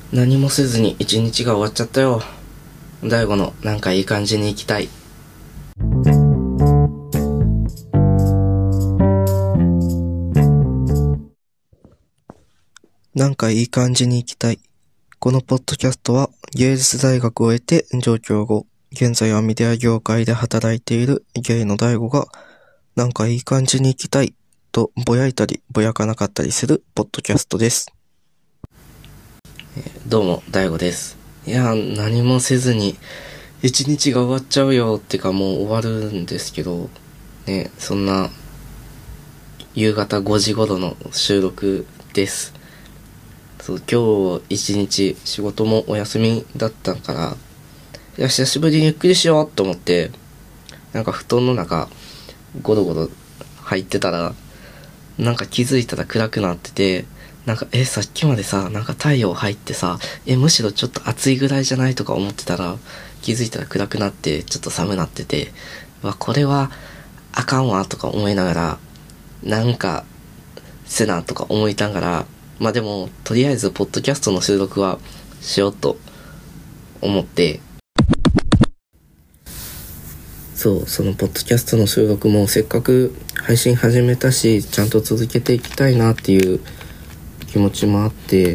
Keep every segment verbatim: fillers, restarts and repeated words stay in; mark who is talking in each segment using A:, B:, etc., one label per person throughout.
A: 何もせずに一日が終わっちゃったよ。大悟のなんかいい感じに行きたい。なんかいい感じに行きたい。このポッドキャストは芸術大学を終えて上京後、現在はメディア業界で働いているゲイの大悟がなんかいい感じに行きたいとぼやいたりぼやかなかったりするポッドキャストです。どうも大悟です。いや何もせずに一日が終わっちゃうよってかもう終わるんですけどね、そんな夕方ごじ頃の収録です。そう今日一日仕事もお休みだったから、いや久しぶりにゆっくりしようと思ってなんか布団の中ゴロゴロ入ってたら、なんか気づいたら暗くなってて、なんかえさっきまでさなんか太陽入ってさえむしろちょっと暑いぐらいじゃないとか思ってたら、気づいたら暗くなってちょっと寒なってて、わこれはあかんわとか思いながら、なんかせなとか思いながら、まあでもとりあえずポッドキャストの収録はしようと思って、そうそのポッドキャストの収録もせっかく配信始めたしちゃんと続けていきたいなっていう気持ちもあって、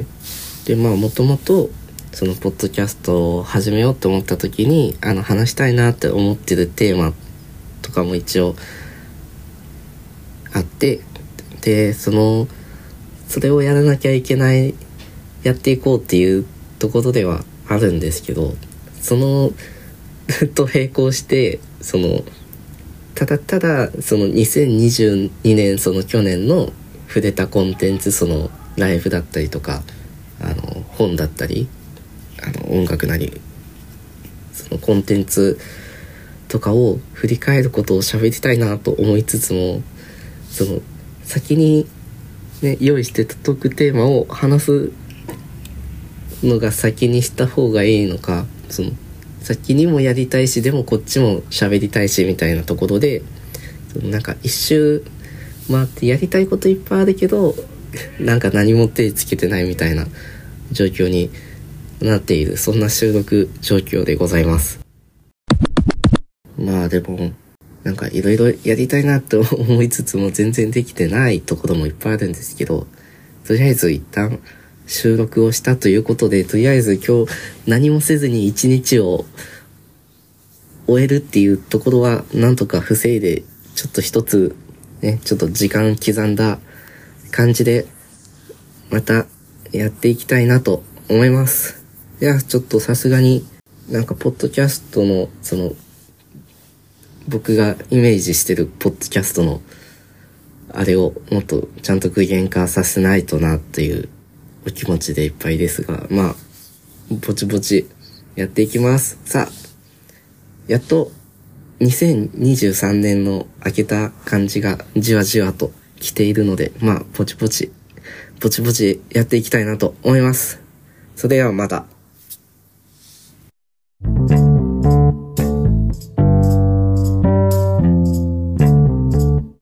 A: でまあもともとそのポッドキャストを始めようと思った時にあの話したいなって思ってるテーマとかも一応あって、でそのそれをやらなきゃいけない、やっていこうっていうところではあるんですけど、そのと並行してそのただただそのにせんにじゅうにねんその去年の触れたコンテンツ、そのライブだったりとかあの本だったりあの音楽なりそのコンテンツとかを振り返ることを喋りたいなと思いつつも、その先にね、用意してたトークテーマを話すのが先にした方がいいのか、その先にもやりたいしでもこっちも喋りたいしみたいなところで、そのなんか一周回ってやりたいこといっぱいあるけどなんか何も手つけてないみたいな状況になっている、そんな収録状況でございます。まあでもなんかいろいろやりたいなって思いつつも全然できてないところもいっぱいあるんですけど、とりあえず一旦収録をしたということで、とりあえず今日何もせずに一日を終えるっていうところはなんとか防いで、ちょっと一つねちょっと時間刻んだ感じでまたやっていきたいなと思います。いやちょっとさすがになんかポッドキャストのその僕がイメージしてるポッドキャストのあれをもっとちゃんと具現化させないとなっていうお気持ちでいっぱいですが、まあぼちぼちやっていきます。さあやっとにせんにじゅうさんねんの明けた感じがじわじわと来ているので、まあぼちぼちぼちぼちやっていきたいなと思います。それではまた。